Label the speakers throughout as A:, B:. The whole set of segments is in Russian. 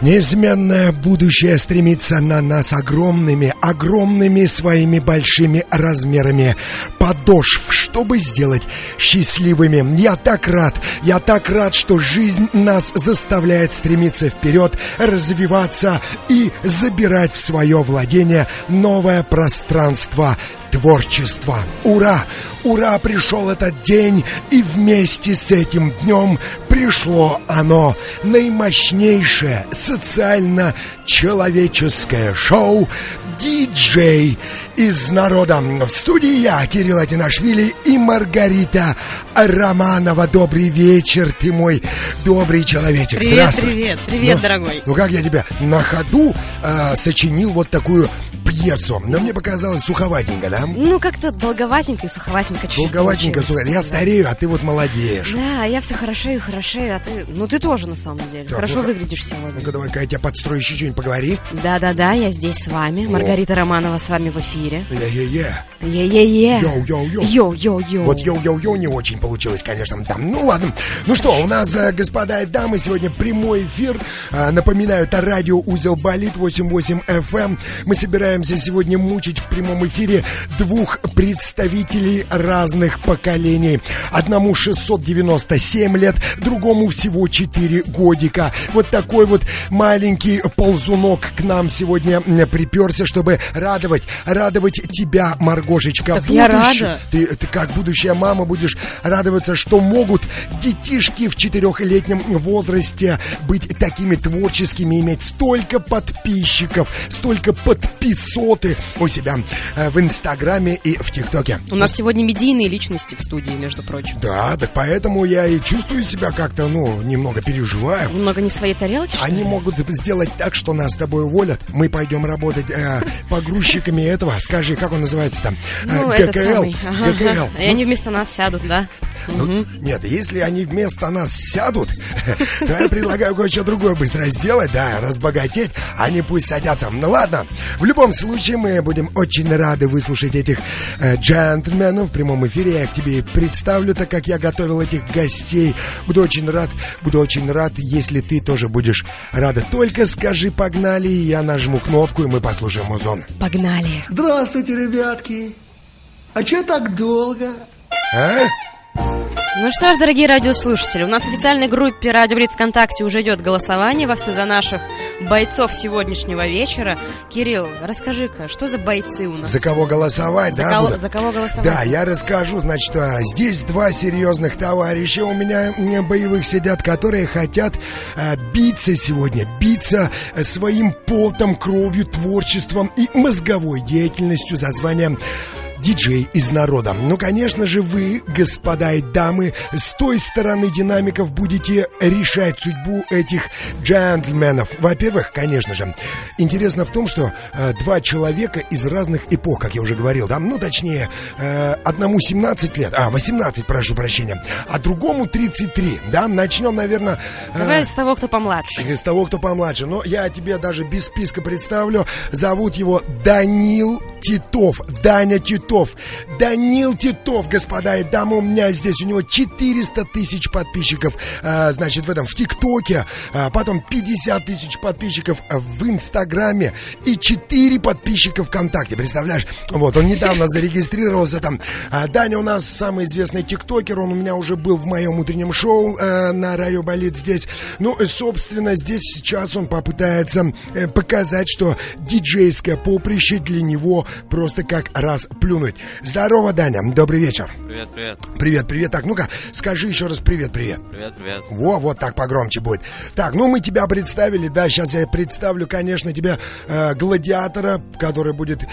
A: Неизменное будущее стремится на нас огромными своими большими размерами подошв, чтобы сделать счастливыми. Я так рад, что жизнь нас заставляет стремиться вперед, развиваться и забирать в свое владение новое пространство творчества. Ура! Ура! Пришел этот день, и вместе с этим днем пришло оно, наимощнейшее социально-человеческое шоу «Диджей из народа». В студии я, Кирилл Атинашвили, и Маргарита Романова. Добрый вечер, ты мой добрый человечек.
B: Привет,
A: здравствуй.
B: Привет, дорогой.
A: Ну как я тебя на ходу сочинил вот такую пьесу, но мне показалось суховатенько, да?
B: Ну, как-то долговатенько и суховатенько чуть-чуть.
A: Долговатенько, суховатенько. Я старею, а ты вот молодеешь.
B: Да, я все хорошею, а ты... Ну, ты тоже, на самом деле.
A: Так,
B: хорошо выглядишь сегодня.
A: Ну-ка, давай-ка я тебя подстрою, еще что-нибудь поговори.
B: Да, я здесь с вами. Маргарита Романова с вами в эфире.
A: Е-е-е. Йоу-йоу-йоу.
B: Йоу-йоу-йоу.
A: Вот йоу-йоу-йоу не очень получилось, конечно, там. Ну, ладно. Ну что, у нас, господа и дамы, сегодня прямой эфир. Напоминаю, это радио «Узел болит», 88 FM. Мы собираемся сегодня мучить в прямом эфире двух представителей разных поколений. Одному 697 лет, другому всего 4 годика. Вот такой вот маленький ползунок к нам сегодня приперся, чтобы радовать тебя, Маргошечка.
B: Так я рада.
A: Ты как будущая мама будешь радоваться, что могут детишки в 4-летнем возрасте быть такими творческими, иметь столько подписчиков, столько подписоты у себя в Инстаграме и в ТикТоке.
B: У нас сегодня медийные личности в студии, между прочим.
A: Да, так поэтому я и чувствую себя как-то, немного переживаю.
B: Немного не своей тарелки, что ли?
A: Они могут сделать так, что нас с тобой уволят. Мы пойдем работать погрузчиками этого. Скажи, как он называется там? ГКЛ. ГКЛ.
B: И они вместо нас сядут, да?
A: Нет, если они вместо нас сядут, то я предлагаю кое-что другое быстро сделать, да, разбогатеть, они пусть садятся. Ну ладно, в любом случае мы будем очень рады выслушать этих джентльменов в прямом эфире. Я к тебе представлю, так как я готовил этих гостей. Буду очень рад, если ты тоже будешь рада. Только скажи «погнали», и я нажму кнопку, и мы послушаем музон.
B: Погнали.
C: Здравствуйте, ребятки. А че так долго?
B: Ну что ж, дорогие радиослушатели, у нас в официальной группе «Радио Болит» ВКонтакте уже идет голосование вовсю за наших бойцов сегодняшнего вечера. Кирилл, расскажи-ка, что за бойцы у нас?
A: За кого голосовать,
B: за кого голосовать?
A: Да, я расскажу, значит, здесь два серьезных товарища у меня боевых сидят, которые хотят биться сегодня, своим потом, кровью, творчеством и мозговой деятельностью за званием диджей из народа. Ну, конечно же, вы, господа и дамы, с той стороны динамиков будете решать судьбу этих джентльменов. Во-первых, конечно же, интересно в том, что два человека из разных эпох, как я уже говорил, да, точнее, одному 17 лет, 18, прошу прощения, а другому 33, да, начнем, наверное...
B: Давай с того, кто помладше.
A: С того, кто помладше, но я тебе даже без списка представлю, зовут его Данил Титов, Даня Титов. Данил Титов, господа и дамы, у меня здесь, у него 400 тысяч подписчиков, значит, в ТикТоке, потом 50 тысяч подписчиков в Инстаграме и 4 подписчика ВКонтакте, представляешь? Вот, он недавно зарегистрировался там. Даня у нас самый известный тиктокер, он у меня уже был в моем утреннем шоу на Радио Болит здесь. Ну, собственно, здесь сейчас он попытается показать, что диджейское поприще для него просто как раз плюнуть. Здорово, Даня, добрый вечер. Привет. Так, ну-ка, скажи еще раз привет.
D: Привет.
A: Вот так погромче будет. Так, мы тебя представили, да, сейчас я представлю, конечно, тебе гладиатора, который будет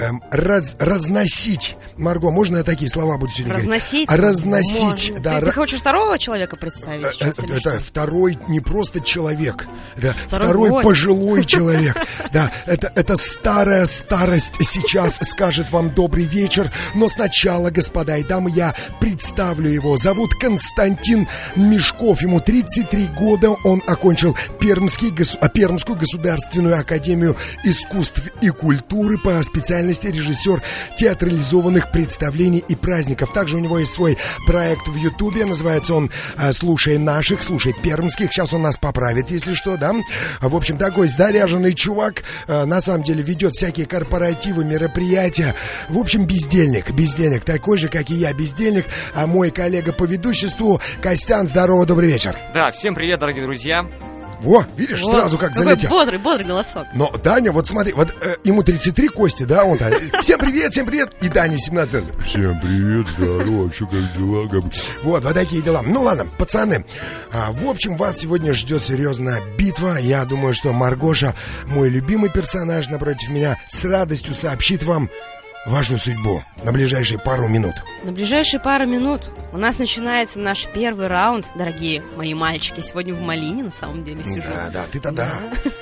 A: разносить. Марго, можно я такие слова буду сегодня
B: говорить?
A: Разносить, да.
B: Ты хочешь второго человека представить сейчас?
A: Это второй не просто человек, да, второй пожилой человек. Да, это старая старость сейчас скажет вам добрый вечер. Но сначала, господа и дамы, я представлю его. Зовут Константин Мешков. Ему 33 года. Он окончил Пермскую государственную академию искусств и культуры по специальности режиссер театрализованных новых представлений и праздников. Также у него есть свой проект в Ютубе, называется он «Слушай наших», «Слушай пермских». Сейчас он нас поправит, если что, да? В общем, такой заряженный чувак, на самом деле ведет всякие корпоративы, мероприятия. В общем, бездельник, такой же, как и я, бездельник. А мой коллега по ведуществу Костян, здорово, добрый вечер.
D: Да, всем привет, дорогие друзья.
A: Во, видишь, сразу как залетел.
B: Бодрый голосок.
A: Но Даня, вот смотри, вот ему 33, Кости, да, он там, всем привет, и Даня 17. Всем привет, здорово, что как дела? Вот такие дела. Ну ладно, пацаны, в общем, вас сегодня ждет серьезная битва. Я думаю, что Маргоша, мой любимый персонаж напротив меня, с радостью сообщит вам вашу судьбу на ближайшие пару минут.
B: На ближайшие пару минут у нас начинается наш первый раунд, дорогие мои мальчики. Сегодня в малине, на самом деле, сижу.
A: Да, ты-то да.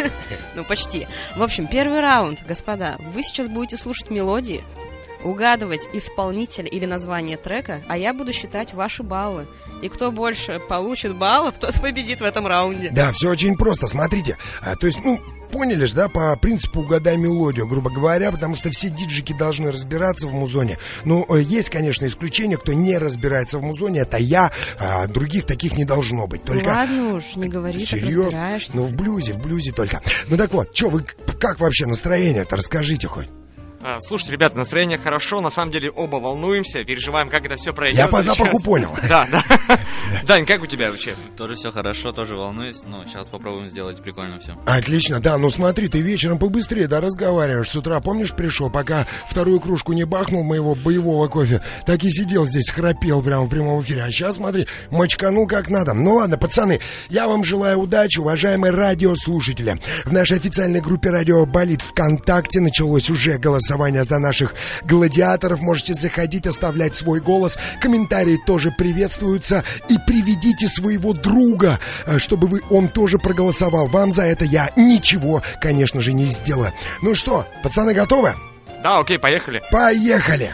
B: Ну, почти. В общем, первый раунд, господа. Вы сейчас будете слушать мелодии, угадывать исполнителя или название трека, а я буду считать ваши баллы. И кто больше получит баллов, тот победит в этом раунде.
A: Да, все очень просто, смотрите. То есть, поняли же, да, по принципу угадай мелодию, грубо говоря, потому что все диджики должны разбираться в музоне. Ну, есть, конечно, исключения, кто не разбирается в музоне, это я, а других таких не должно быть. Только...
B: Ладно уж, не говори, так разбираешься.
A: Ну, в блюзе только. Ну, так вот, что вы, как вообще настроение-то, расскажите хоть.
D: Слушайте, ребята, настроение хорошо, на самом деле оба волнуемся, переживаем, как это все пройдет.
A: Я по запаху понял.
D: Да. Дань, как у тебя вообще?
E: Тоже все хорошо, тоже волнуюсь, но сейчас попробуем сделать прикольно все.
A: Отлично, да, ну смотри, ты вечером побыстрее, да, разговариваешь. С утра, помнишь, пришел, пока вторую кружку не бахнул моего боевого кофе, так и сидел здесь, храпел прямо в прямом эфире. А сейчас, смотри, мочканул как надо. Ну ладно, пацаны, я вам желаю удачи, уважаемые радиослушатели. В нашей официальной группе «Радио Болит» ВКонтакте началось уже голосование за наших гладиаторов. Можете заходить, оставлять свой голос. Комментарии тоже приветствуются. И приведите своего друга, чтобы он тоже проголосовал. Вам за это я ничего, конечно же, не сделаю. Ну что, пацаны, готовы?
D: Да, окей, поехали.
A: Поехали.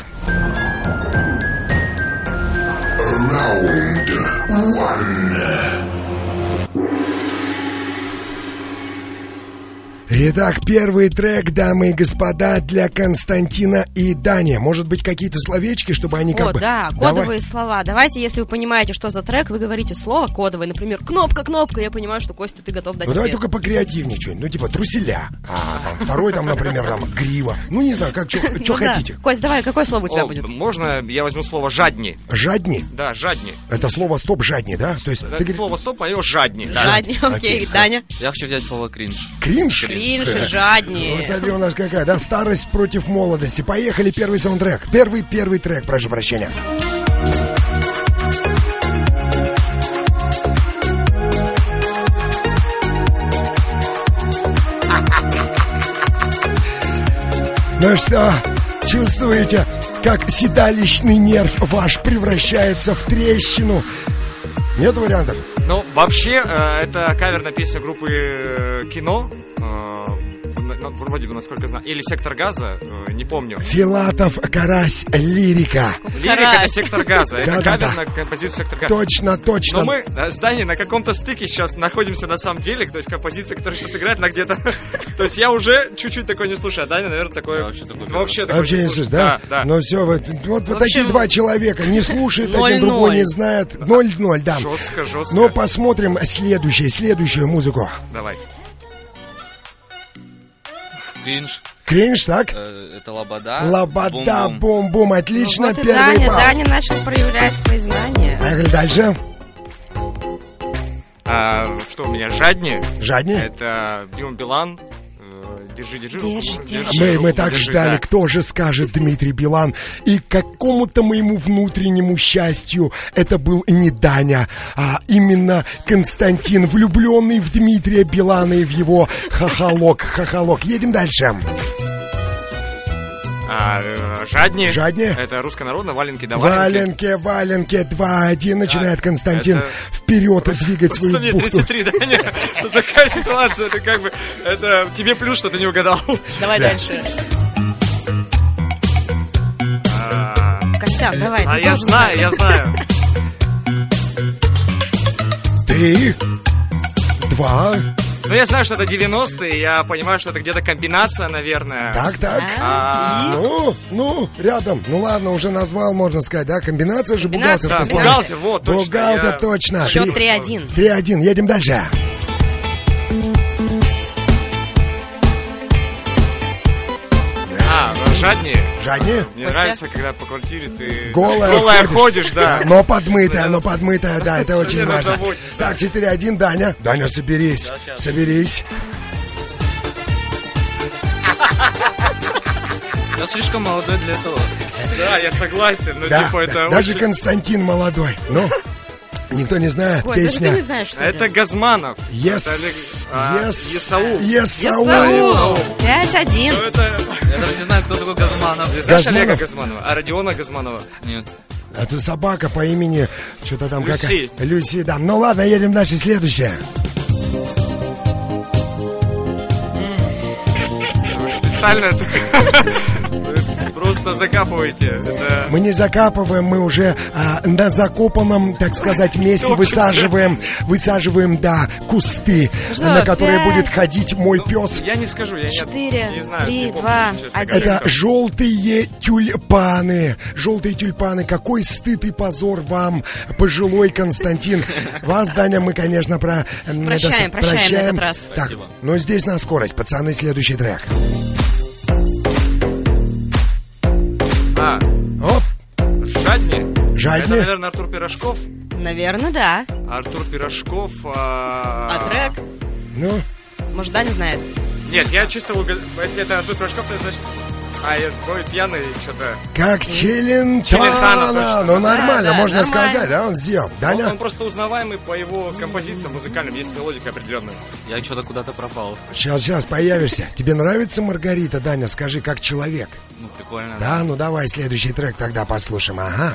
A: Раунд 1. Итак, первый трек, дамы и господа, для Константина и Дани. Может быть, какие-то словечки, чтобы они как бы...
B: да, кодовые слова. Давайте, если вы понимаете, что за трек, вы говорите слово кодовое. Например, кнопка. Я понимаю, что, Костя, ты готов дать ответ.
A: Давай только покреативнее что-нибудь. Ну, типа, труселя. Второй там, например, грива. Ну, не знаю, как, что хотите.
B: Да. Кость, давай, какое слово у тебя будет?
D: Можно я возьму слово «жадни»?
A: Жадни?
D: Да, жадни.
A: Это слово «стоп», жадни, да? То есть,
D: слово «стоп», мое «жадни».
B: Жадни, окей. Даня?
E: Я хочу взять слово «кринж».
A: Кринж?
B: Кринж и жадни.
A: Ну, смотри, у нас какая, да? Старость против молодости. Поехали, первый саундтрек. Первый трек, прошу прощения. Ну что, чувствуете, как седалищный нерв ваш превращается в трещину? Нет вариантов?
D: Ну, вообще, это кавер на песню группы «Кино». Вроде бы, насколько знаю. Или «Сектор газа», не помню.
A: Филатов, Карась, лирика.
D: Лирика — это «Сектор газа». Это кавер на композицию «Сектор газа».
A: Точно.
D: Но мы с Даней на каком-то стыке сейчас находимся на самом деле. То есть композиция, которая сейчас играет, на где-то... То есть я уже чуть-чуть такое не слушаю, а Даня, наверное, такое... Вообще
A: не слушаешь, да?
D: Да.
A: Ну все, вот такие два человека не слушают, один другой не знает. 0-0, да.
D: Жестко.
A: Но посмотрим следующую музыку.
D: Давай.
E: Кринж,
A: так?
E: Это лобода.
A: Лобода, бум-бум, отлично,
B: вот
A: первый балл.
B: Даня начал проявлять свои знания.
A: Поехали дальше.
D: Что у меня, жадни?
A: Жадни?
D: Это Билан.
B: Держи.
A: Мы так ждали, да. Кто же скажет Дмитрий Билан. И к какому-то моему внутреннему счастью это был не Даня, а именно Константин, влюбленный в Дмитрия Билана и в его хохолок. Едем дальше.
D: Жадни. Это руссконародно, валенки да
A: валенки. Валенки, 2-1, начинает Константин вперед двигать свою бухту.
D: 33, да? Тут такая ситуация, это как бы, это тебе плюс, что ты не угадал.
B: Давай дальше. Костян, давай, ты
D: я знаю.
A: 3, 2,
D: Ну, я знаю, что это 90-е, я понимаю, что это где-то комбинация, наверное.
A: Так. Ну, рядом. Ну ладно, уже назвал, можно сказать, да? Комбинация же бухгалтер.
D: Да, бухгалтер, вот, точно.
A: Бухгалтер, точно.
B: Счет 3-1.
A: 3-1, едем дальше.
D: Жаднее?
A: Жаднее?
D: Мне нравится, когда по квартире ты
A: голая
D: ходишь, да.
A: Но подмытая, да, это очень важно. Так, 4-1, Даня. Даня, соберись.
E: Я слишком молодой для этого.
D: Да, я согласен, но
A: Да,
D: это
A: даже
D: очень...
A: Константин молодой. Ну, никто не знает,
B: Ой,
A: песня.
B: даже ты не знаешь, что
D: Это Газманов.
A: Есаул.
B: 5-1.
D: Ну, это...
E: Я даже не знаю, кто такой Газманов.
D: Ты знаешь
A: Газманов?
D: Олега Газманова? А Родиона Газманова?
E: Нет.
A: Это собака по имени... Что-то там
D: Люси.
A: какая... Люси, да. Ну ладно, едем дальше, следующее.
D: Специально просто закапываете. Это...
A: Мы не закапываем, мы уже на закопанном, так сказать, месте высаживаем, да, кусты,
B: Что,
A: на которые
B: 5?
A: будет ходить мой пес.
D: Я не скажу, я
B: 4,
D: не знаю.
B: 3,
D: не помню,
B: 2,
D: честно
B: 1.
D: говоря.
A: Это желтые тюльпаны. Какой стыд и позор вам, пожилой Константин. Вас, Даня, мы, конечно,
B: Прощаем на этот раз.
A: Так, но здесь на скорость, пацаны, следующий трек. Оп,
D: Жаднее?
A: Жаднее?
D: Это, наверное, Артур Пирожков.
B: Наверное, да.
D: Артур Пирожков.
B: А трек?
A: ну,
B: Может, Даня знает.
D: Нет, я чисто если это Артур Пирожков, то значит... я такой пьяный, что-то...
A: как
D: Челентано,
A: Челентано.
D: точно.
A: Ну, нормально,
B: Да,
A: можно
B: нормально.
A: сказать, да, он сделал. Даня?
D: Он просто узнаваемый по его композициям музыкальным, есть мелодика определенная.
E: Я что-то куда-то пропал.
A: Сейчас появишься. Тебе нравится Маргарита, Даня? Скажи, как человек.
E: Ну, прикольно.
A: Да, ну давай следующий трек тогда послушаем. Ага.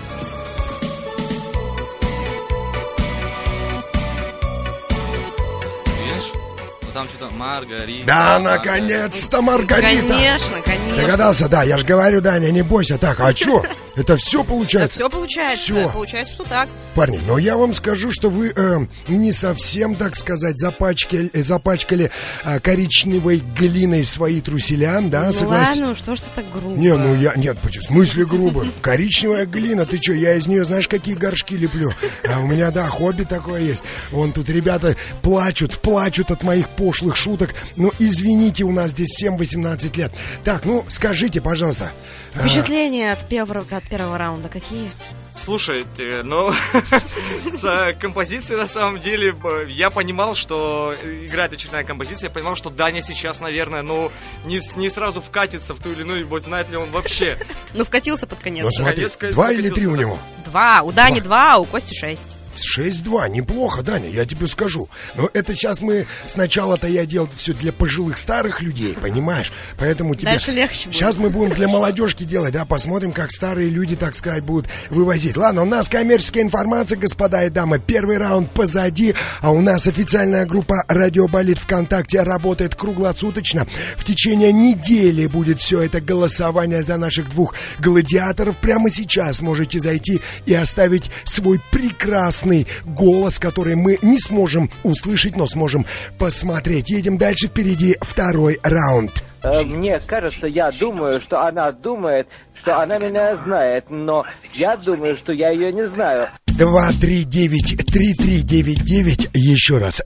E: Видишь? Ну, там что-то Маргарита.
A: Да, наконец-то Маргарита.
B: Конечно.
A: Догадался, да, я же говорю, Даня, не бойся. Так, а что? Это все
B: Да
A: получается?
B: все получается.
A: Всё.
B: Получается, что так.
A: Парни, но я вам скажу, что вы не совсем, так сказать, запачкали коричневой глиной свои труселя, да,
B: Ну
A: согласен?
B: ладно, что ж ты так грубо?
A: Нет, в смысле грубо? Коричневая глина, ты что, я из нее, знаешь, какие горшки леплю? А у меня, да, хобби такое есть. Вон тут ребята плачут от моих пошлых шуток. Ну, извините, у нас здесь всем 18 лет. Так, ну, скажите, пожалуйста.
B: Впечатления от первого раунда какие?
D: Слушайте, ну, за композицией, на самом деле, я понимал, что играет очередная композиция, я понимал, что Даня сейчас, наверное, ну, не сразу вкатится в ту или иную, бо знает ли он вообще.
B: Ну, вкатился под конец.
A: Ну, смотри,
D: Конец
A: 2 или 3
D: вкатился,
A: у
D: да.
A: него?
B: 2. У Дани 2, а у Кости 6.
A: 6-2, неплохо, Даня, я тебе скажу. Но это сейчас мы сначала-то я делал все для пожилых старых людей, понимаешь? Поэтому тебе...
B: Дальше легче будет.
A: Сейчас мы будем для молодежки делать, да, посмотрим, как старые люди, так сказать, будут вывозить. Ладно, у нас коммерческая информация, господа и дамы. Первый раунд позади, а у нас официальная группа «Радио Болит» ВКонтакте работает круглосуточно. В течение недели будет все это голосование за наших двух гладиаторов. Прямо сейчас можете зайти и оставить свой прекрасный голос, который мы не сможем услышать, но сможем посмотреть. Едем дальше, впереди второй раунд.
F: Мне кажется, я думаю, что она думает, что она меня знает, но я думаю, что я ее не знаю. 239-3399. Еще раз.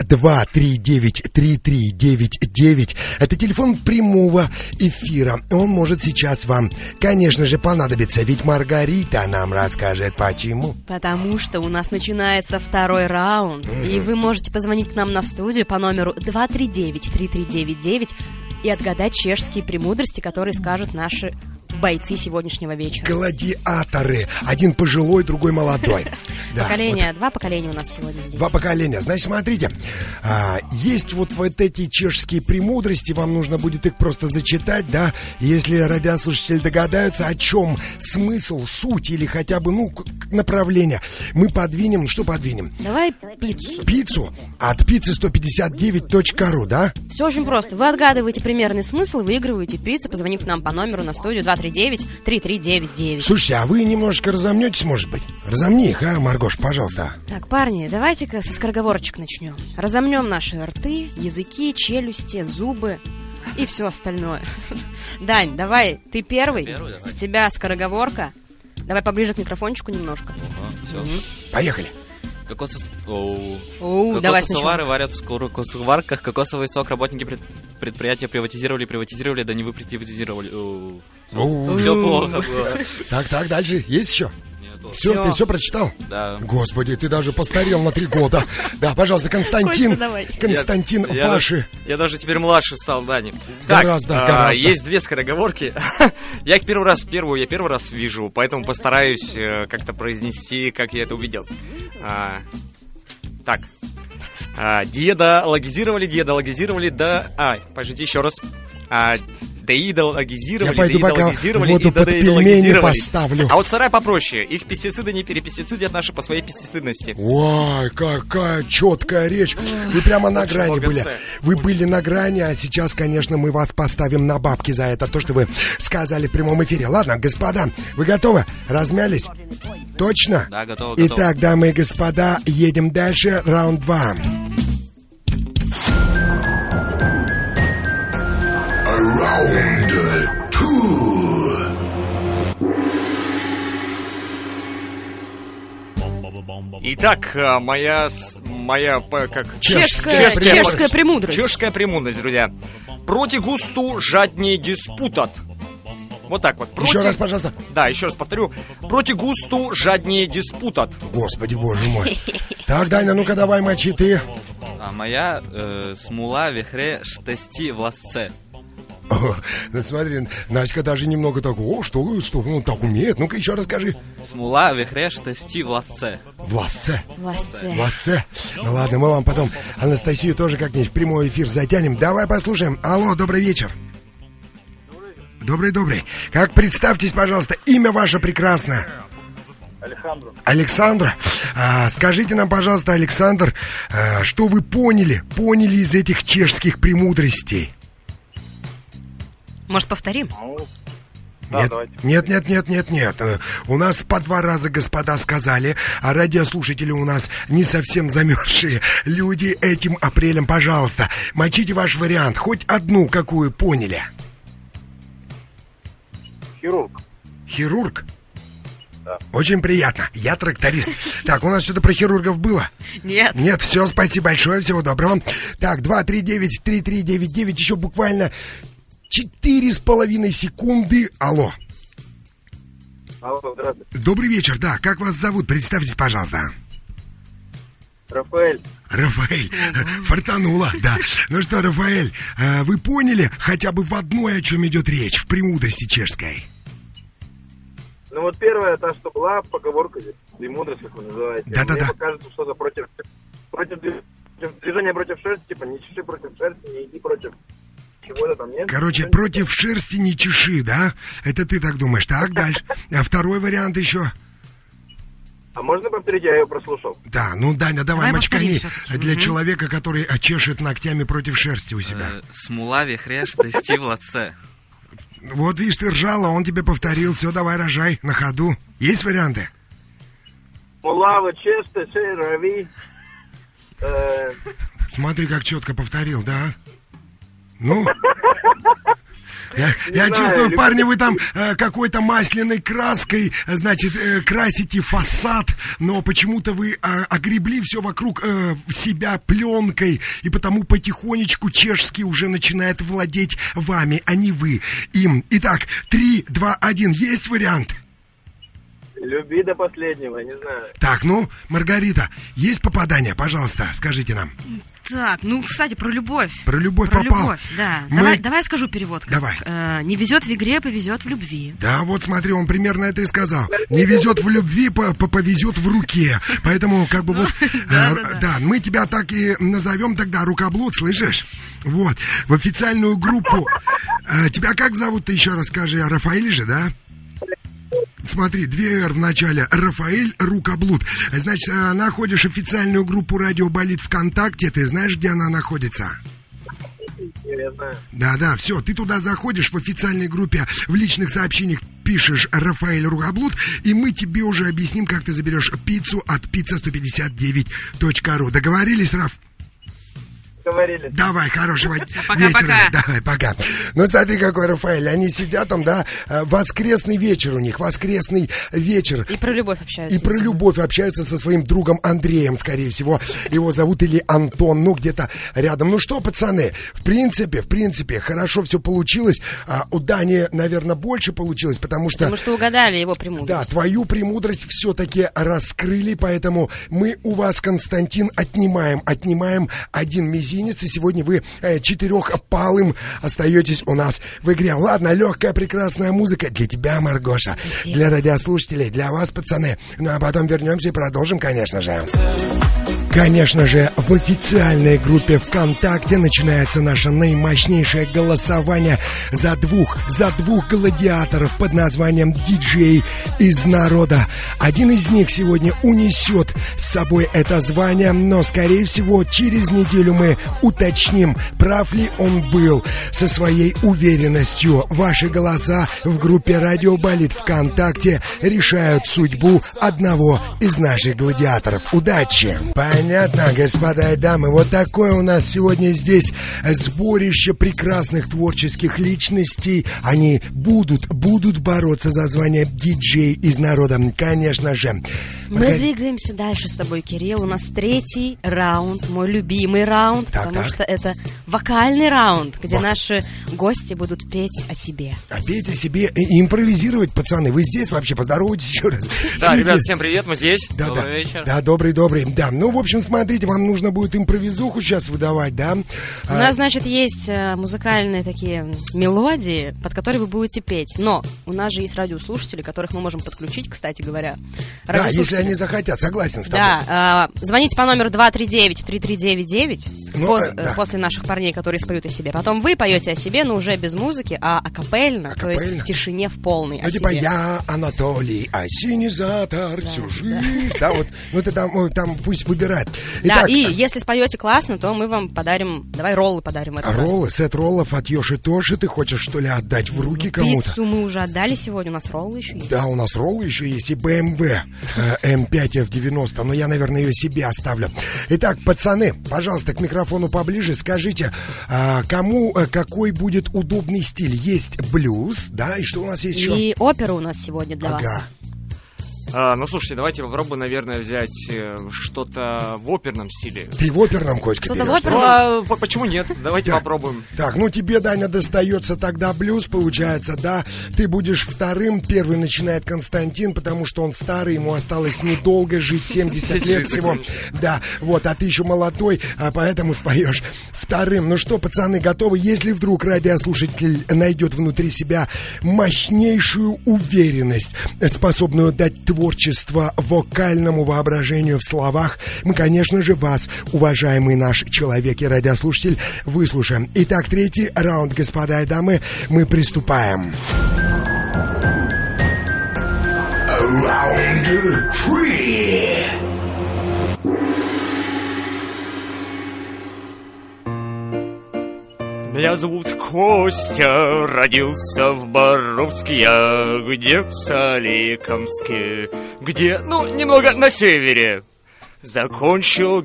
F: 239-3399. Это телефон прямого эфира. Он может сейчас вам, конечно же, понадобиться. Ведь Маргарита нам расскажет, почему.
B: Потому что у нас начинается второй раунд. И вы можете позвонить к нам на студию по номеру 239-3399 и отгадать чешские премудрости, которые скажут наши бойцы сегодняшнего вечера.
A: Гладиаторы. Один пожилой, другой молодой. Да,
B: Поколение, два поколения у нас сегодня здесь.
A: Два поколения. Значит, смотрите, есть вот эти чешские премудрости, вам нужно будет их просто зачитать, да, если радиослушатели догадаются, о чем смысл, суть или хотя бы, ну, направление. Мы подвинем, что подвинем?
B: Давай пиццу.
A: Пиццу от пиццы 159.ru, да?
B: Все очень просто. Вы отгадываете примерный смысл, выигрываете пиццу, позвонив нам по номеру на студию 239-3399.
A: Слушайте, а вы немножечко разомнетесь, может быть? Разомни их, а, Маргош, пожалуйста.
B: Так, парни, давайте-ка со скороговорочек начнем. Разомнем наши рты, языки, челюсти, зубы и все остальное. Дань, давай, ты первый.
E: Давай.
B: С тебя скороговорка. Давай поближе к микрофончику немножко.
E: Все.
A: Поехали.
B: Давай сначала.
E: Кокосовары варят в кокосоварках. Кокосовый сок работники предприятия приватизировали, да не вы приватизировали. Все плохо было.
A: Так, дальше. Есть еще? Все,
B: Всё.
A: ты все прочитал?
E: Да.
A: Господи, ты даже постарел на 3 года. Да, пожалуйста, Константин.
B: Костя, давай.
A: Константин, ваши.
D: Я даже теперь младше стал, Дани.
A: Гораздо.
D: Есть 2 скороговорки. Я их первый раз вижу, поэтому постараюсь как-то произнести, как я это увидел. Так. Деидологизировали, да... Подождите, еще раз. Деидологизировали,
A: Я пойду пока воду под пельмени поставлю.
D: А вот вторая попроще. Их пестициды не перепестицидят наши по своей пестицидности.
A: Ой, какая четкая речь. Вы прямо на грани были. Вы были на грани, а сейчас, конечно, мы вас поставим на бабки за это, то, что вы сказали в прямом эфире. Ладно, господа, вы готовы? Размялись? Точно?
E: Да, готово.
A: Итак, дамы и господа, едем дальше. Раунд 2. Раунд 2.
D: Итак, моя
B: Чешская премудрость.
D: Чешская премудрость, друзья. Проти густу жаднее диспутат. Вот так вот.
A: Еще раз, пожалуйста.
D: Да, еще раз повторю. Проти густу жаднее диспутат.
A: Господи, боже мой. Так, Даня, ну-ка давай мочи ты.
E: А моя смула вихре штести власце.
A: Ну смотри, Настя даже немного так, что он так умеет. Ну-ка еще расскажи.
E: Смула вихре штести власце.
A: Власце.
B: Власце.
A: Ну ладно, мы вам потом Анастасию тоже как-нибудь в прямой эфир затянем. Давай послушаем. Алло, добрый вечер. Добрый. Как представьтесь, пожалуйста, имя ваше прекрасное. Александр. Скажите нам, пожалуйста, Александр, что вы поняли из этих чешских премудростей?
B: Может, повторим?
A: Нет. У нас по 2 раза, господа, сказали, а радиослушатели у нас не совсем замерзшие люди этим апрелем. Пожалуйста, мочите ваш вариант, хоть одну, какую поняли. Хирург?
G: Да.
A: Очень приятно. Я тракторист. Так, у нас что-то про хирургов было?
B: Нет,
A: все, спасибо большое, всего доброго. Так, 239-3399, еще буквально 4,5 секунды. Алло,
G: здравствуйте.
A: добрый вечер, да, как вас зовут? Представьтесь, пожалуйста.
G: Рафаэль.
A: Фартануло, да. Ну что, Рафаэль, вы поняли хотя бы в одной, о чем идет речь, в премудрости чешской?
G: Ну вот первая, та, что была, поговорка здесь, премудрость, как вы называете.
A: Да.
G: Мне кажется, что-то против движения против шерсти, типа не чеши против шерсти, не иди против чего-то там, нет?
A: Короче, против шерсти не чеши, да? Это ты так думаешь. Так, дальше. А второй вариант еще?
G: А можно повторить, я ее прослушал?
A: Да, ну, Даня, давай мочкани
B: повторим
A: для человека, который чешет ногтями против шерсти у себя.
E: Смула вихре штести власце.
A: Вот, видишь, ты ржал, а он тебе повторил. Все, давай, рожай на ходу. Есть варианты?
G: Мулава, често, рави.
A: Смотри, как четко повторил, да? Ну... Я чувствую, парни, вы там какой-то масляной краской, значит, красите фасад, но почему-то вы огребли все вокруг себя пленкой, и потому потихонечку чешский уже начинает владеть вами, а не вы им. Итак, 3, 2, 1, есть вариант?
G: Люби до последнего, не знаю.
A: Так, ну, Маргарита, есть попадание? Пожалуйста, скажите нам.
B: Так, ну, кстати, про любовь.
A: Про любовь попал.
B: Любовь, да. Давай я скажу перевод.
A: Давай.
B: Не везет в игре, повезет в любви.
A: Да, вот смотри, он примерно это и сказал. Не везет в любви, повезет в руке. Поэтому, как бы вот... Да, мы тебя так и назовем тогда, рукоблуд, слышишь? Вот, в официальную группу... Тебя как зовут, ты еще раз скажи, Рафаэль же, да? смотри, 2 «Р» в начале. Рафаэль Рукоблуд. Значит, находишь официальную группу «Радио Болит» ВКонтакте. Ты знаешь, где она находится?
G: Я знаю.
A: Да, все, ты туда заходишь в официальной группе, в личных сообщениях пишешь «Рафаэль Рукоблуд», и мы тебе уже объясним, как ты заберешь пиццу от pizza159.ru. Договорились, Раф?
G: Говорили.
A: Давай, хорошего
B: Пока-пока.
A: вечера. Давай, пока. Ну, смотри, какой Рафаэль. Они сидят там, да, воскресный вечер у них, воскресный вечер.
B: И про любовь общаются.
A: И про любовь общаются со своим другом Андреем, скорее всего. Его зовут или Антон, ну, где-то рядом. Ну что, пацаны, в принципе, хорошо все получилось. У Дани, наверное, больше получилось, потому что
B: угадали его премудрость.
A: Да, твою премудрость все-таки раскрыли, поэтому мы у вас, Константин, отнимаем 1 мизинец, и сегодня вы 4-палым остаетесь у нас в игре. Ладно, легкая, прекрасная музыка для тебя, Маргоша,
B: спасибо.
A: Для радиослушателей, для вас, пацаны. Ну, а потом вернемся и продолжим, конечно же. Конечно же, в официальной группе ВКонтакте начинается наше наимощнейшее голосование за двух гладиаторов под названием «Диджей из народа». Один из них сегодня унесет с собой это звание, но, скорее всего, через неделю мы уточним, прав ли он был со своей уверенностью. Ваши голоса в группе «Радио Болит» ВКонтакте решают судьбу одного из наших гладиаторов. Удачи! Понятно, господа и дамы, вот такое у нас сегодня здесь сборище прекрасных творческих личностей. Они будут бороться за звание диджей из народа, конечно же.
B: Мы двигаемся дальше с тобой, Кирилл. У нас 3-й раунд, мой любимый раунд, потому что это вокальный раунд, где наши гости будут петь о себе.
A: Петь о себе и импровизировать, пацаны. Вы здесь вообще? Поздоровайтесь еще раз.
D: Да, ребят, всем привет, мы здесь.
E: Добрый вечер.
A: Да, добрый. Да, ну, в общем, смотрите, вам нужно будет импровизуху сейчас выдавать, да?
B: У нас, значит, есть музыкальные такие мелодии, под которые вы будете петь. Но у нас же есть радиослушатели, которых мы можем подключить, кстати говоря.
A: Да, если они захотят, согласен с тобой.
B: Да, звоните по номеру 239-3399
A: да.
B: после наших парней, которые споют о себе. Потом вы поете о себе, но уже без музыки, а акапельно, то есть в тишине, в полной о
A: типа
B: себе.
A: я Анатолий, ассенизатор, всю жизнь. Да, вот, ну это там пусть выбирает.
B: Итак, и если споете классно, то мы вам подарим, давай роллы подарим в этот раз.
A: Роллы, сет роллов от Йоши Тоши. Ты хочешь, что ли, отдать в руки кому-то?
B: Пиццу мы уже отдали сегодня, у нас роллы еще есть.
A: Да, у нас роллы еще есть, и BMW M5 F90, но я, наверное, ее себе оставлю. Итак, пацаны, пожалуйста, к микрофону поближе, скажите, кому какой будет удобный стиль? Есть блюз, да, и что у нас есть еще?
B: И опера у нас сегодня для вас.
D: Ну, слушайте, давайте попробуем, наверное, взять что-то в оперном стиле.
A: Ты в оперном, Коська,
B: Что-то
A: берешь?
B: в оперном?
D: Ну, почему нет? Давайте попробуем.
A: Так, ну тебе, Даня, достается тогда блюз, получается, да? Ты будешь вторым, первый начинает Константин, потому что он старый, ему осталось недолго жить, 70 лет всего. Да, вот, а ты еще молодой, поэтому споешь вторым. Ну что, пацаны, готовы? Если вдруг радиослушатель найдет внутри себя мощнейшую уверенность, способную дать творчество вокальному воображению в словах, мы, конечно же, вас, уважаемый наш человек и радиослушатель, выслушаем. Итак, 3-й раунд, господа и дамы, мы приступаем. Round 3.
D: Меня зовут Костя, родился в Боровске я, где в Соликамске, где, немного на севере. Закончил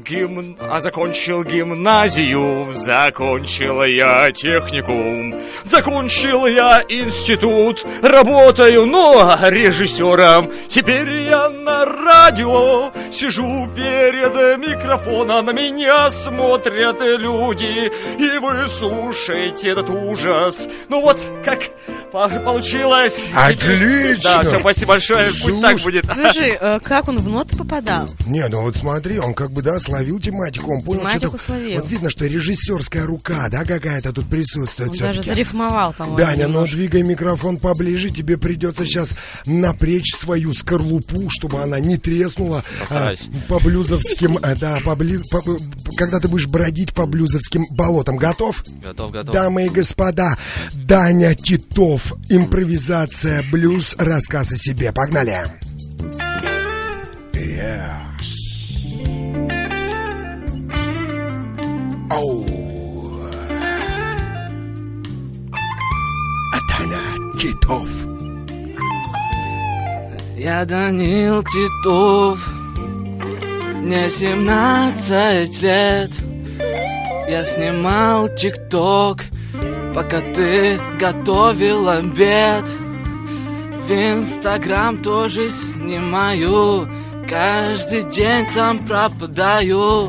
D: гимназию, закончил я техникум, закончил я институт, работаю, режиссером. Теперь я на радио сижу перед микрофоном, меня смотрят люди, и вы слушаете этот ужас. Как получилось.
A: Отлично!
D: Да, все, спасибо большое, пусть так будет.
B: Слушай, как он в ноты попадал?
A: Не, вот смотри, он как бы, да, словил тематику, он понял,
B: Тематику
A: что...
B: словил.
A: Вот видно, что режиссерская рука, да, какая-то тут присутствует.
B: Он
A: всё-таки.
B: даже зарифмовал, по-моему.
A: Даня, ну
B: немножко.
A: двигай микрофон поближе, тебе придется сейчас напрячь свою скорлупу, чтобы она не треснула по блюзовским, когда ты будешь бродить по блюзовским болотам. Готов?
E: Готов.
A: Дамы и господа, Даня Титов, импровизация, блюз, рассказ о себе. Погнали! Даня Титов.
H: Я Данил Титов, мне 17 лет. Я снимал ТикТок, пока ты готовил обед. В Инстаграм тоже снимаю, каждый день там пропадаю.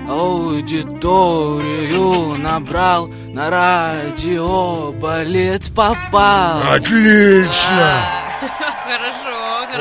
H: Аудиторию набрал, на радио болит попал.
A: Отлично!
B: Хорошо.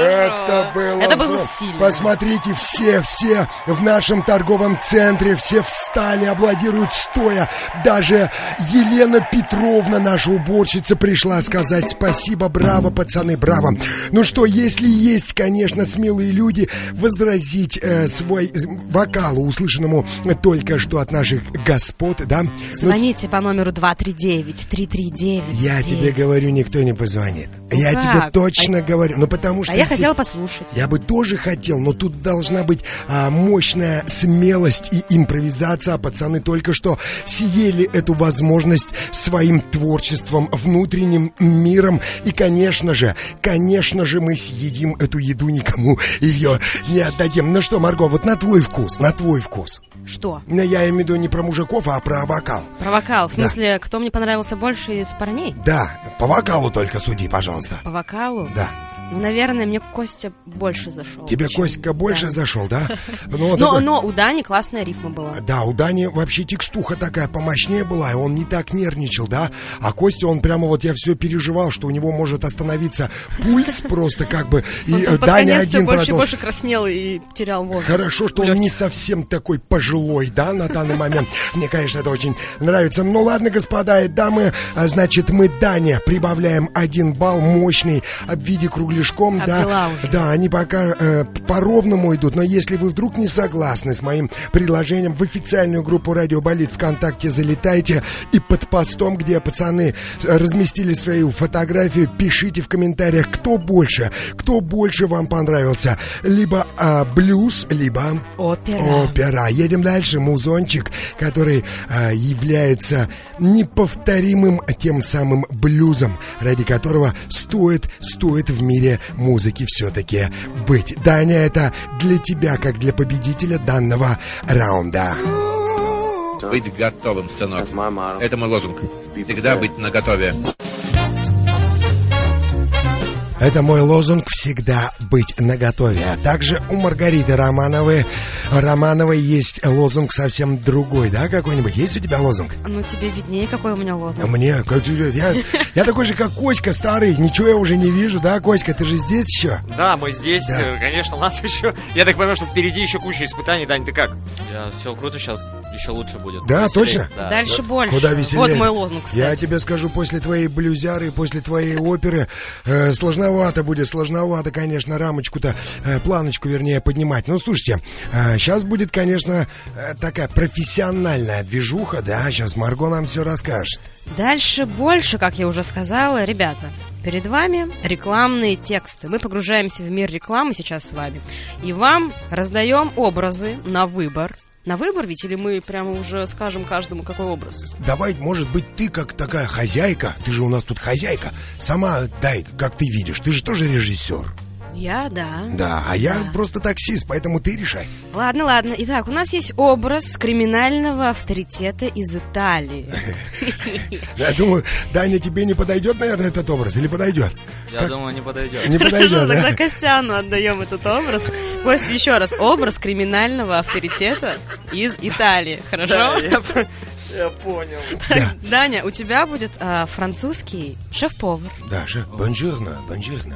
A: Это было
B: сильно.
A: Посмотрите, все в нашем торговом центре, все встали, аплодируют стоя. Даже Елена Петровна, наша уборщица, пришла сказать спасибо, браво, пацаны, браво. Ну что, если есть, конечно, смелые люди, возразить свой вокалу, услышанному только что от наших господ, да?
B: Звоните по номеру 239-339.
A: Я тебе говорю, никто не позвонит.
B: Ну
A: я
B: как?
A: тебе точно говорю, ну потому что...
B: А я хотела послушать.
A: Я бы тоже хотел, но тут должна быть мощная смелость и импровизация. А пацаны только что съели эту возможность своим творчеством, внутренним миром. И, конечно же, мы съедим эту еду, никому ее не отдадим. Ну что, Марго, вот на твой вкус.
B: Что?
A: Я имею в виду не про мужиков, а про вокал.
B: Про вокал. В смысле, кто мне понравился больше из парней?
A: Да, по вокалу только суди, пожалуйста.
B: По вокалу?
A: Да.
B: Ну, наверное, мне Костя больше зашел.
A: Тебе Костя больше зашел, да?
B: Но у Дани классная рифма была.
A: Да, у Дани вообще текстуха такая помощнее была, и он не так нервничал, да? А Костя, он прямо вот, я все переживал, что у него может остановиться пульс просто как бы, и Даня один
B: все больше и
A: продолжил.
B: больше краснел и терял воздух.
A: Хорошо, что он не совсем такой пожилой, да, на данный момент. Мне, конечно, это очень нравится. Ну ладно, господа и дамы, значит, мы Дане прибавляем 1 балл мощный в виде кругляшком, да. Да, они пока по-ровному идут, но если вы вдруг не согласны с моим предложением, в официальную группу «Радио Болит» ВКонтакте залетайте и под постом, где пацаны разместили свою фотографию, пишите в комментариях, кто больше вам понравился. Либо блюз, либо опера. Едем дальше. Музончик, который является неповторимым тем самым блюзом, ради которого стоит в мире музыки все-таки быть. Даня, это для тебя, как для победителя данного раунда.
I: Быть готовым, сынок. Это мой лозунг. Всегда быть наготове.
A: Это мой лозунг — всегда быть наготове. А также у Маргариты Романовой есть лозунг совсем другой, да, какой-нибудь? Есть у тебя лозунг?
B: Ну, тебе виднее, какой у меня лозунг.
A: Мне? Я такой же, как Коська старый, ничего я уже не вижу, да, Коська, ты же здесь еще?
D: Да, мы здесь,
A: Да.
D: Конечно, у нас еще... Я так понимаю, что впереди еще куча испытаний. Дань, ты как?
E: Я все круто, сейчас еще лучше будет.
A: Да,
E: Веселей.
A: точно?
E: Да.
B: Дальше больше.
A: Куда веселее.
B: Вот мой лозунг, кстати.
A: Я тебе скажу, после твоей блюзяры, после твоей оперы сложновато будет, конечно, рамочку-то, планочку, вернее, поднимать. Ну, слушайте, сейчас будет, конечно, такая профессиональная движуха, да, сейчас Марго нам все расскажет.
B: Дальше больше, как я уже сказала. Ребята, перед вами рекламные тексты. Мы погружаемся в мир рекламы сейчас с вами. И вам раздаем образы на выбор. На выбор ведь, или мы прямо уже скажем каждому, какой образ?
A: Давай, может быть, ты как такая хозяйка, ты же у нас тут хозяйка, сама дай, как ты видишь, ты же тоже режиссер.
B: Я, да.
A: Да, а я просто таксист, поэтому ты решай.
B: Ладно. Итак, у нас есть образ криминального авторитета из Италии.
A: Я думаю, Даня, тебе не подойдет, наверное, этот образ, или подойдет?
E: Я думаю, не подойдет.
A: Не подойдет, да?
B: Тогда Костяну отдаем этот образ. Костя, еще раз. Образ криминального авторитета из Италии. Хорошо?
D: Я понял.
A: Да.
B: Даня, у тебя будет французский шеф-повар.
A: Даже. Бонжурно.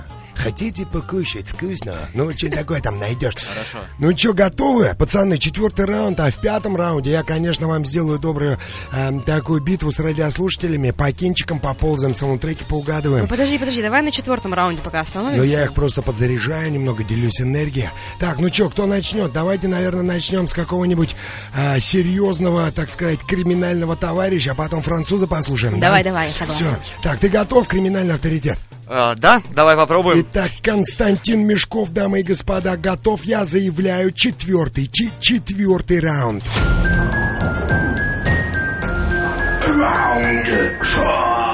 A: Хотите покушать вкусно? Ну, что такое там найдешь?
E: Хорошо.
A: Ну, что, готовы? Пацаны, 4-й раунд, а в 5-м раунде я, конечно, вам сделаю добрую такую битву с радиослушателями. По кинчикам поползаем, саундтреки поугадываем.
B: Ну, подожди, давай на 4-м раунде пока остановимся.
A: Ну, я их просто подзаряжаю, немного делюсь энергией. Так, ну что, кто начнет? Давайте, наверное, начнем с какого-нибудь серьезного, так сказать, криминального товарища, а потом француза послушаем.
B: Давай,
A: да?
B: я согласен.
A: Все. Так, ты готов, криминальный авторитет?
D: Да, давай попробуем.
A: Итак, Константин Мешков, дамы и господа, готов. Я заявляю 4-й раунд. Раунд 4.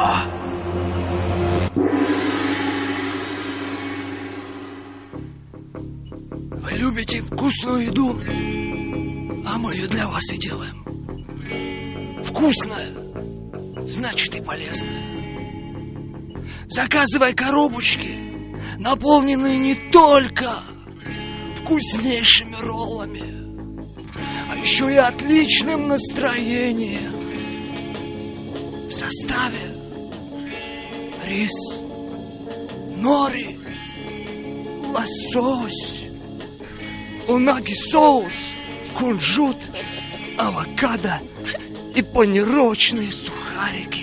C: Вы любите вкусную еду, а мы ее для вас и делаем. Вкусная, значит и полезная. Заказывай коробочки, наполненные не только вкуснейшими роллами, а еще и отличным настроением. В составе рис, нори, лосось, унаги соус, кунжут, авокадо и панировочные сухарики.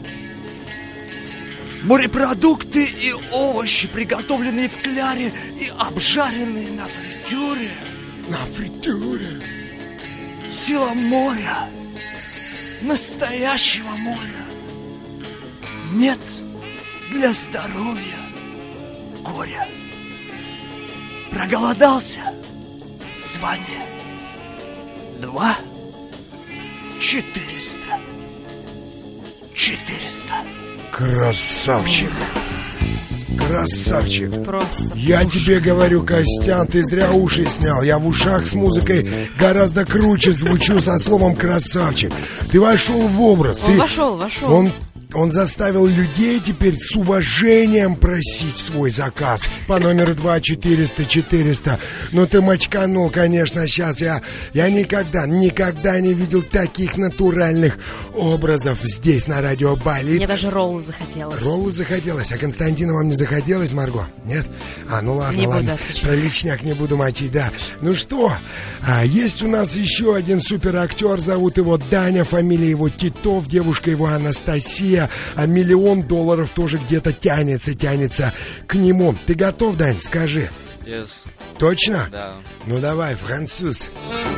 C: Морепродукты и овощи, приготовленные в кляре и обжаренные на фритюре.
A: На фритюре.
C: Сила моря, настоящего моря. Нет для здоровья горя. Проголодался? Звание 2 400.
A: Красавчик. Красавчик.
B: Просто.
A: Я тебе говорю, Костян, ты зря уши снял. Я в ушах с музыкой гораздо круче звучу со словом красавчик. Ты вошел в образ.
B: Он вошел.
A: Он заставил людей теперь с уважением просить свой заказ по номеру 2 400. Ну ты мочканул, конечно, сейчас я никогда не видел таких натуральных образов здесь, на радио Болит.
B: Мне даже роллы захотелось.
A: Роллы захотелось, а Константину вам не захотелось, Марго? Нет? Ну ладно,
B: не
A: ладно.
B: Буду отвечать.
A: Про личняк не буду мочить, да. Ну что, есть у нас еще один суперактер, зовут его Даня, фамилия его Титов, девушка его Анастасия. А $1 миллион тоже где-то тянется к нему. Ты готов, Дань? Скажи.
E: Yes.
A: Точно?
E: Да.
A: Ну давай, француз.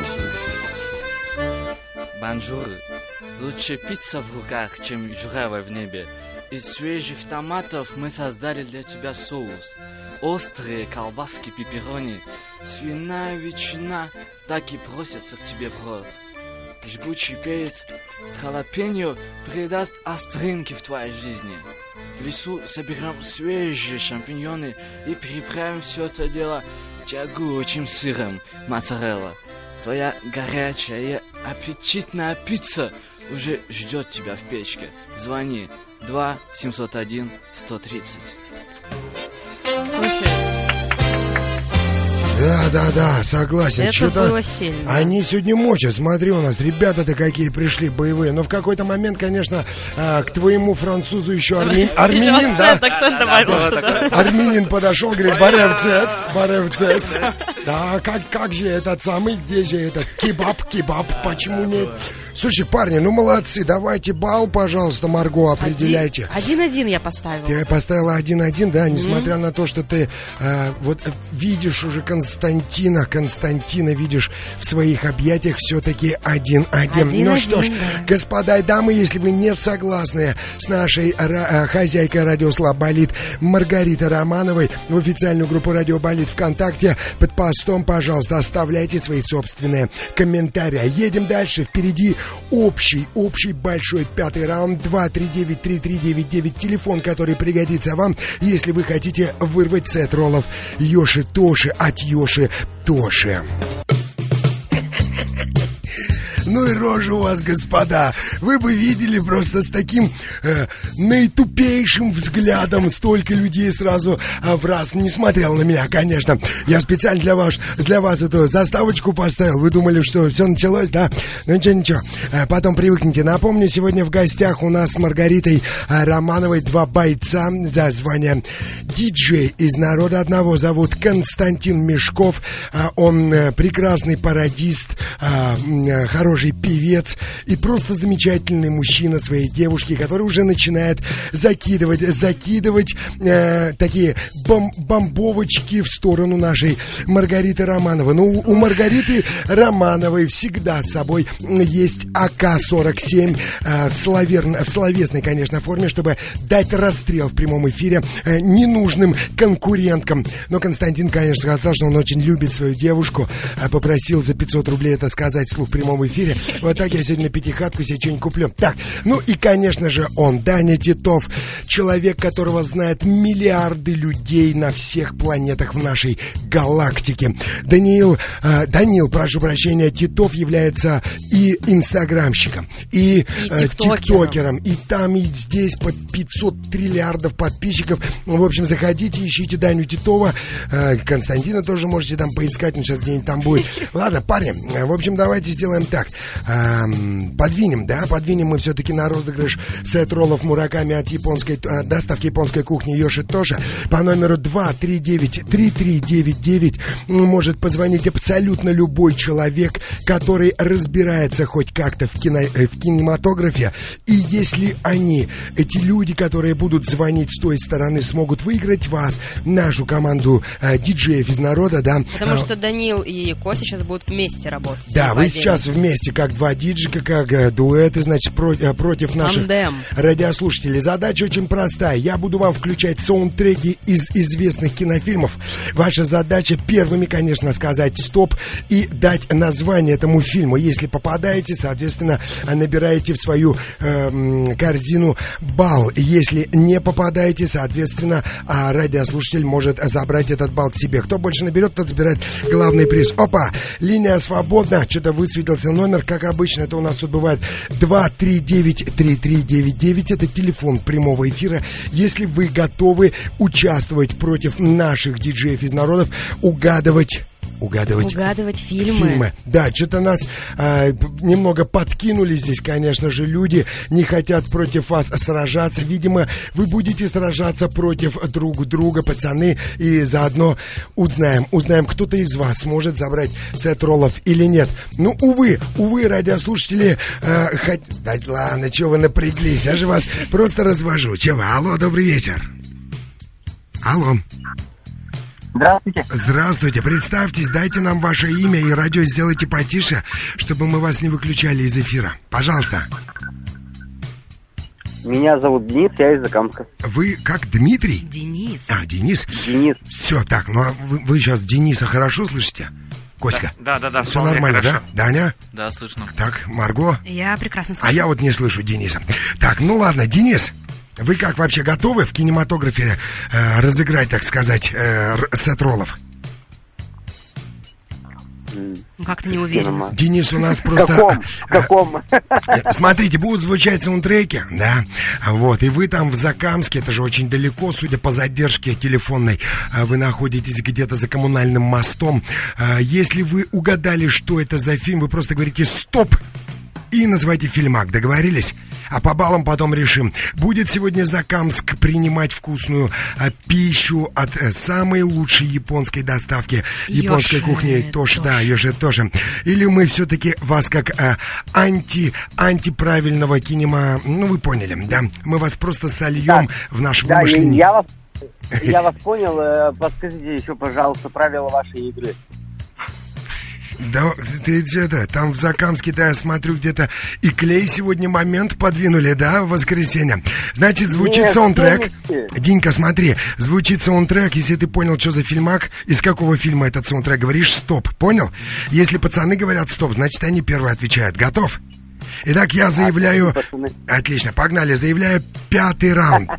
H: Бонжур. Лучше пицца в руках, чем журавль в небе. Из свежих томатов мы создали для тебя соус. Острые колбаски пепперони, свиная ветчина так и просятся к тебе в рот. Жгучий перец халапеньо придаст остринки в твоей жизни. В лесу соберем свежие шампиньоны и приправим все это дело тягучим сыром моцарелла. Твоя горячая и аппетитная пицца уже ждет тебя в печке. Звони 2 701 130.
B: Слушай,
A: Да, согласен.
B: это
A: Что-то
B: было сильно.
A: они сегодня мочат. Смотри, у нас ребята-то какие пришли боевые. Но в какой-то момент, конечно, к твоему французу еще армянин, да?
B: Акцент добавился, да.
A: Армянин подошел, говорит, баревцес. Да, как же этот самый, где же этот кебаб, почему нет? Слушай, парни, ну молодцы, давайте балл, пожалуйста, Марго, определяйте.
B: 1-1 я поставил.
A: Я поставила 1-1, да, несмотря на то, что ты вот видишь уже Константина видишь в своих объятиях, все-таки 1-1. Ну что ж, господа и дамы, если вы не согласны с нашей хозяйкой радио «Слаб Болит» Маргаритой Романовой, в официальную группу «Радио Болит» ВКонтакте, под постом, пожалуйста, оставляйте свои собственные комментарии. Едем дальше, впереди общий большой 5-й раунд. 239-3399, телефон, который пригодится вам, если вы хотите вырвать сет роллов Йоши Тоши от Йоши Тоши. Ну и рожа у вас, господа. Вы бы видели просто с таким наитупейшим взглядом. Столько людей сразу в раз не смотрел на меня, конечно. Я специально для вас эту заставочку поставил. Вы думали, что все началось, да? Ну ничего. Потом привыкните. Напомню, сегодня в гостях у нас с Маргаритой Романовой два бойца за звание диджей из народа. Одного зовут Константин Мешков. Он прекрасный пародист, хороший певец и просто замечательный мужчина своей девушки, который уже начинает закидывать такие бомбовочки в сторону нашей Маргариты Романовой. Ну, у Маргариты Романовой всегда с собой есть АК-47 в словесной, конечно, форме, чтобы дать расстрел в прямом эфире ненужным конкуренткам. Но Константин, конечно, сказал, что он очень любит свою девушку, попросил за 500 рублей это сказать вслух в прямом эфире. Вот так я сегодня на пятихатку себе что-нибудь куплю. Так, ну и, конечно же, он, Даня Титов, человек, которого знают миллиарды людей на всех планетах в нашей галактике. Даниил, прошу прощения, Титов является и инстаграмщиком, и тиктокером, и там, и здесь по 500 триллиардов подписчиков. В общем, заходите, ищите Даню Титова. Константина тоже можете там поискать, он сейчас где-нибудь там будет. Ладно, парни, в общем, давайте сделаем так. Подвинем мы все-таки на розыгрыш сет-роллов Мураками от доставки японской кухни Йоши Тоша по номеру 239-3399. Может позвонить абсолютно любой человек, который разбирается хоть как-то в кинематографе. И если эти люди, которые будут звонить с той стороны, смогут выиграть вас, нашу команду диджеев из народа, да.
B: Потому что Данил и Костя сейчас будут вместе работать.
A: Да, вы сейчас вместе, как два диджика, как дуэты, значит, против наших радиослушателей. Задача очень простая. Я буду вам включать саундтреки из известных кинофильмов. Ваша задача первыми, конечно, сказать «стоп» и дать название этому фильму. Если попадаете, соответственно, набираете в свою корзину балл. Если не попадаете, соответственно, радиослушатель может забрать этот балл к себе. Кто больше наберет, тот забирает главный приз. Опа! Линия свободна. Что-то высветился номер. Как обычно, это у нас тут бывает 239-3399. Это телефон прямого эфира. Если вы готовы участвовать против наших диджеев из народов, угадывать фильмы. Да, что-то нас немного подкинули здесь, конечно же, люди не хотят против вас сражаться. Видимо, вы будете сражаться против друг друга, пацаны, и заодно узнаем, кто-то из вас сможет забрать сет роллов или нет. Ну, увы, радиослушатели, да ладно, чего вы напряглись, я же вас просто развожу. Чего? Алло, добрый вечер. Алло. Здравствуйте, представьтесь, дайте нам ваше имя и радио сделайте потише, чтобы мы вас не выключали из эфира. Пожалуйста.
J: Меня зовут Денис, я из Закамска.
A: Вы как, Дмитрий?
B: Денис.
A: Денис?
J: Денис.
A: Все, так, ну а вы сейчас Дениса хорошо слышите? Коська?
D: Да.
A: Все нормально,
D: хорошо.
A: Да? Даня?
E: Да, слышно.
A: Так, Марго?
B: Я прекрасно слышу.
A: А я вот не слышу Дениса. Так, ну ладно, Денис, вы как вообще готовы в кинематографе разыграть, так сказать, сет роллов?
B: Как-то не уверен.
A: Денис у нас просто...
J: В каком?
A: Смотрите, будут звучать саундтреки, да, вот, и вы там в Закамске, это же очень далеко, судя по задержке телефонной, вы находитесь где-то за коммунальным мостом. Если вы угадали, что это за фильм, вы просто говорите «стоп» и называйте фильмак, договорились? А по баллам потом решим. Будет сегодня Закамск принимать вкусную пищу от самой лучшей японской доставки японской кухни Тоши. Да, Йоши Тоши. Или мы все-таки вас как антиправильного кинема... Ну, вы поняли, да? Мы вас просто сольем в наш вымышленный...
J: Я вас понял. Подскажите еще, пожалуйста, правила вашей игры.
A: Да, ты где-то, там в Закамске-то, я смотрю, где-то и клей сегодня момент подвинули, да, в воскресенье. Значит, звучит саундтрек. Динька, смотри, звучит саундтрек, если ты понял, что за фильмак, из какого фильма этот саундтрек, говоришь «стоп», понял? Если пацаны говорят «стоп», значит, они первые отвечают. Готов? Итак, я заявляю... Отлично, погнали, заявляю 5-й раунд.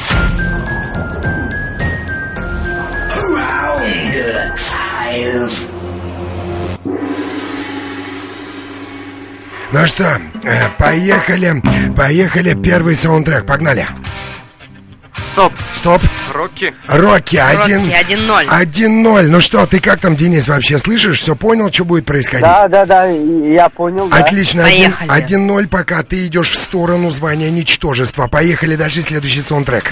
K: Round 5.
A: Ну что, поехали, первый саундтрек, погнали. Стоп. Рокки 1-0. 1-0. Ну что, ты как там, Денис, вообще слышишь? Все понял, что будет происходить?
J: Да, я понял, да.
A: Отлично,
B: поехали.
A: 1-0, пока ты идешь в сторону звания ничтожества. Поехали дальше, следующий саундтрек.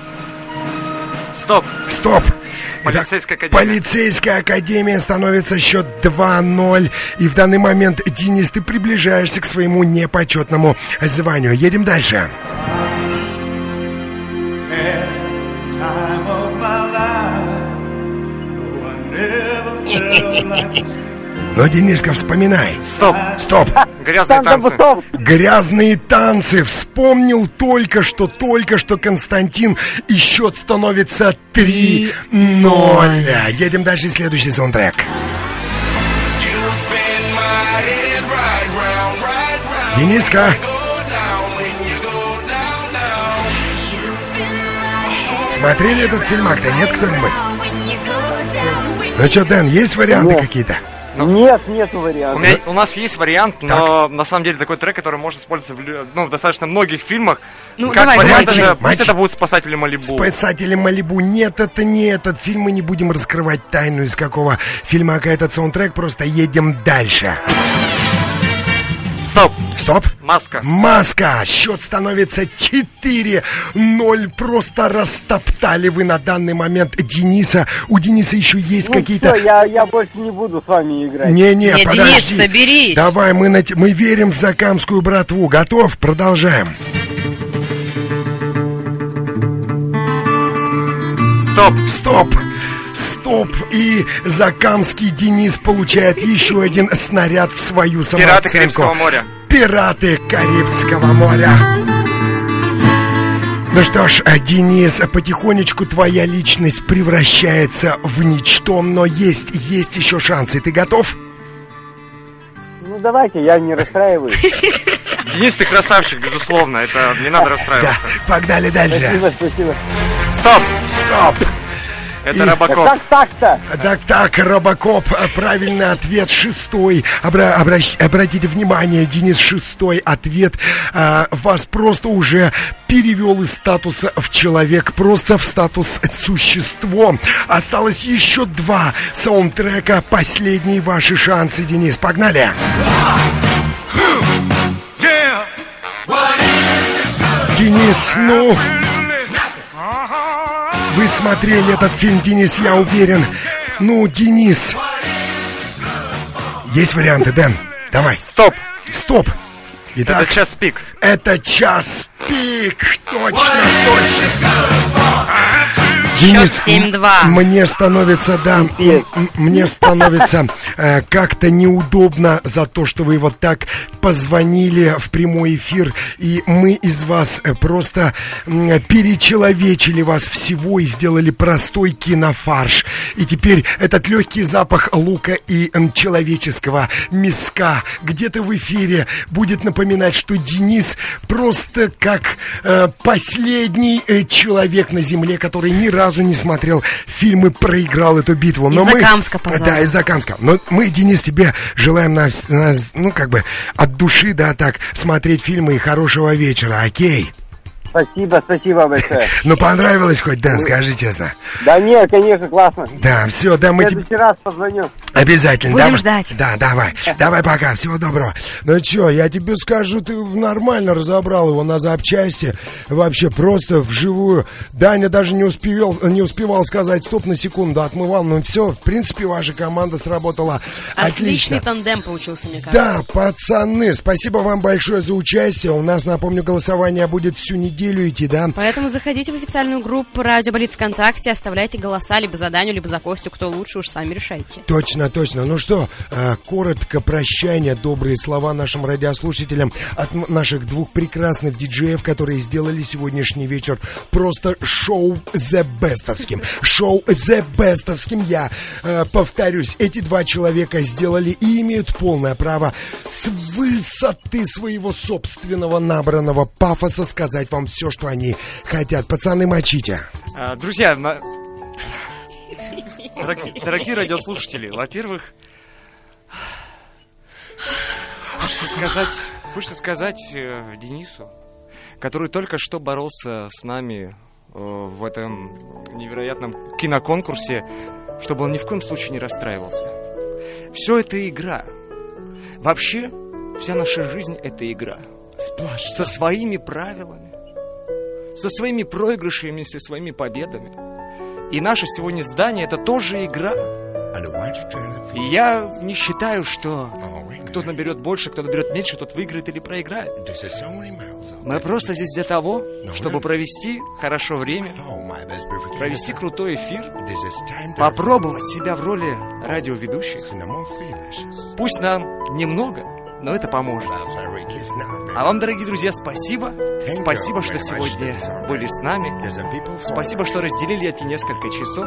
A: Стоп.
D: Полицейская академия.
A: Полицейская академия, становится счет 2-0. И в данный момент, Денис, ты приближаешься к своему непочетному званию. Едем дальше. Ну, Дениска, вспоминай. Стоп.
D: Грязные танцы.
A: Грязные танцы. Вспомнил только что Константин. И счет становится 3-0. Едем дальше, следующий саундтрек. Дениска. Смотрели этот фильмак-то, нет кто-нибудь? Ну что, Дэн, есть варианты какие-то?
J: Нету вариантов.
D: У нас есть вариант, но на самом деле такой трек, который можно использовать в достаточно многих фильмах.
B: Ну,
D: как
B: давай,
D: вариант, пусть это будут «Спасатели Малибу».
A: «Спасатели Малибу». Нет, это не этот фильм. Мы не будем раскрывать тайну, из какого фильмака этот саундтрек. Просто едем дальше. Стоп. Маска. Счет становится 4-0. Просто растоптали вы на данный момент Дениса. У Дениса еще есть какие-то...
J: Все, я больше не буду с вами играть.
A: Не, подожди.
B: Денис, соберись.
A: Давай, мы верим в закамскую братву. Готов? Продолжаем. Стоп. И закамский Денис получает еще один снаряд в свою самооценку. Пираты Карибского моря. Ну что ж, Денис, потихонечку твоя личность превращается в ничто, но есть еще шансы. Ты готов?
J: Ну давайте, я не расстраиваюсь.
D: Денис, ты красавчик, безусловно, это не надо расстраиваться.
A: Да, погнали дальше.
J: Спасибо.
A: Стоп.
D: Это Робокоп.
J: Как так-то?
A: Так, Робокоп. Правильный ответ 6-й. Обратите внимание, Денис, 6-й ответ вас просто уже перевел из статуса в человек, просто в статус существо. Осталось еще 2 саундтрека. Последние ваши шансы, Денис. Погнали. Денис, ну... Вы смотрели этот фильм, Денис, я уверен. Ну, Денис. Есть варианты, Дэн? Давай. Стоп. Итак,
D: это «Час пик».
A: Это «Час пик». Точно. Денис,
B: 7-2.
A: Мне становится как-то неудобно за то, что вы вот так позвонили в прямой эфир, и мы из вас просто перечеловечили вас всего и сделали простой кинофарш. И теперь этот легкий запах лука и человеческого мяска где-то в эфире будет напоминать, что Денис просто как последний человек на земле, который ни разу не смотрел фильмы, проиграл эту битву. Но
B: из-за Камска, пожалуйста.
A: Да, из-за Камска. Но мы, Денис, тебе желаем от души, да, так, смотреть фильмы и хорошего вечера, окей?
J: Спасибо большое.
A: Ну, понравилось хоть, Дэн, скажи честно.
J: Да нет, конечно, классно.
A: Да, все, да, мы тебе...
J: В следующий раз позвоню.
A: Обязательно.
B: Будем ждать.
A: Да, давай пока, всего доброго. Ну что, я тебе скажу, ты нормально разобрал его на запчасти. Вообще просто вживую. Даня даже не успевал сказать стоп на секунду, отмывал. Ну все, в принципе, ваша команда сработала отлично.
B: Отличный тандем получился, мне кажется.
A: Да, пацаны, спасибо вам большое за участие. У нас, напомню, голосование будет всю неделю идти, да?
B: Поэтому заходите в официальную группу «Радио Болит» ВКонтакте, оставляйте голоса либо за Даню, либо за Костю, кто лучше, уж сами решайте.
A: Точно. Ну что, коротко прощание, добрые слова нашим радиослушателям от наших 2 прекрасных диджеев, которые сделали сегодняшний вечер просто шоу The Best'овским. Шоу The Best'овским, я повторюсь, эти 2 человека сделали и имеют полное право с высоты своего собственного набранного пафоса сказать вам все, что они хотят. Пацаны, мочите.
D: Друзья, дорогие радиослушатели, во-первых, Хочется сказать Денису, который только что боролся с нами в этом невероятном киноконкурсе, чтобы он ни в коем случае не расстраивался. Все это игра. Вообще, вся наша жизнь — это игра.
A: Сплошь.
D: Со своими правилами, со своими проигрышами, со своими победами. И наше сегодня здание — это тоже игра. И я не считаю, что кто наберет больше, кто наберет меньше, тот выиграет или проиграет. Мы просто здесь для того, чтобы провести хорошо время, провести крутой эфир, попробовать себя в роли радиоведущих. Пусть нам немного, но это поможет. А вам, дорогие друзья, спасибо. Спасибо, что сегодня были с нами. Спасибо, что разделили эти несколько часов.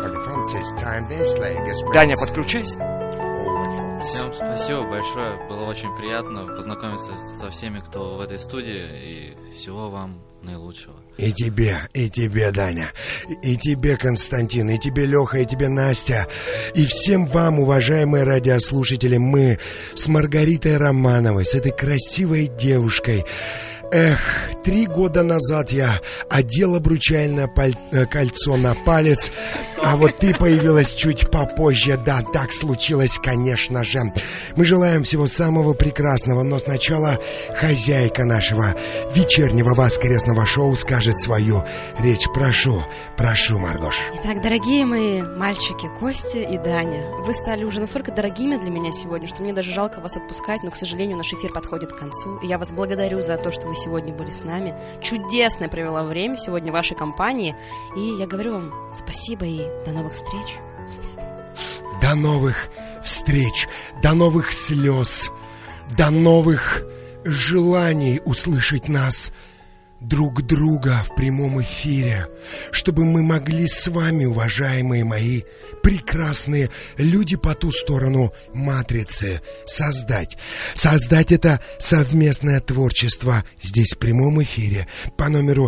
D: Даня, подключайся.
E: Всем спасибо большое. Было очень приятно познакомиться со всеми, кто в этой студии. И всего вам наилучшего.
A: И тебе, Даня, и тебе, Константин, и тебе, Леха, и тебе, Настя, и всем вам, уважаемые радиослушатели, мы с Маргаритой Романовой, с этой красивой девушкой. 3 года назад я одел обручальное кольцо на палец, а вот ты появилась чуть попозже. Да, так случилось, конечно же. Мы желаем всего самого прекрасного, но сначала хозяйка нашего вечернего воскресного шоу скажет свою речь. Прошу, Маргош.
B: Итак, дорогие мои мальчики, Костя и Даня, вы стали уже настолько дорогими для меня сегодня, что мне даже жалко вас отпускать, но, к сожалению, наш эфир подходит к концу. И я вас благодарю за то, что вы сегодня были с нами. Чудесно провела время сегодня в вашей компании. И я говорю вам спасибо и до новых встреч.
A: До новых встреч, до новых слез, до новых желаний услышать нас, друг друга в прямом эфире, чтобы мы могли с вами, уважаемые мои прекрасные люди по ту сторону матрицы, создать это совместное творчество здесь в прямом эфире по номеру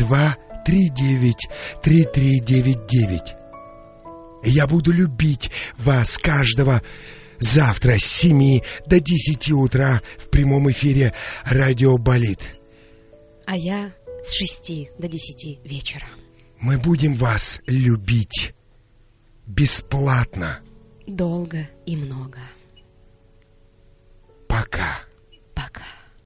A: 239-3399. Я буду любить вас каждого завтра с 7 до 10 утра в прямом эфире «Радио Болит».
B: А я с 6 до 10 вечера.
A: Мы будем вас любить бесплатно.
B: Долго и много.
A: Пока.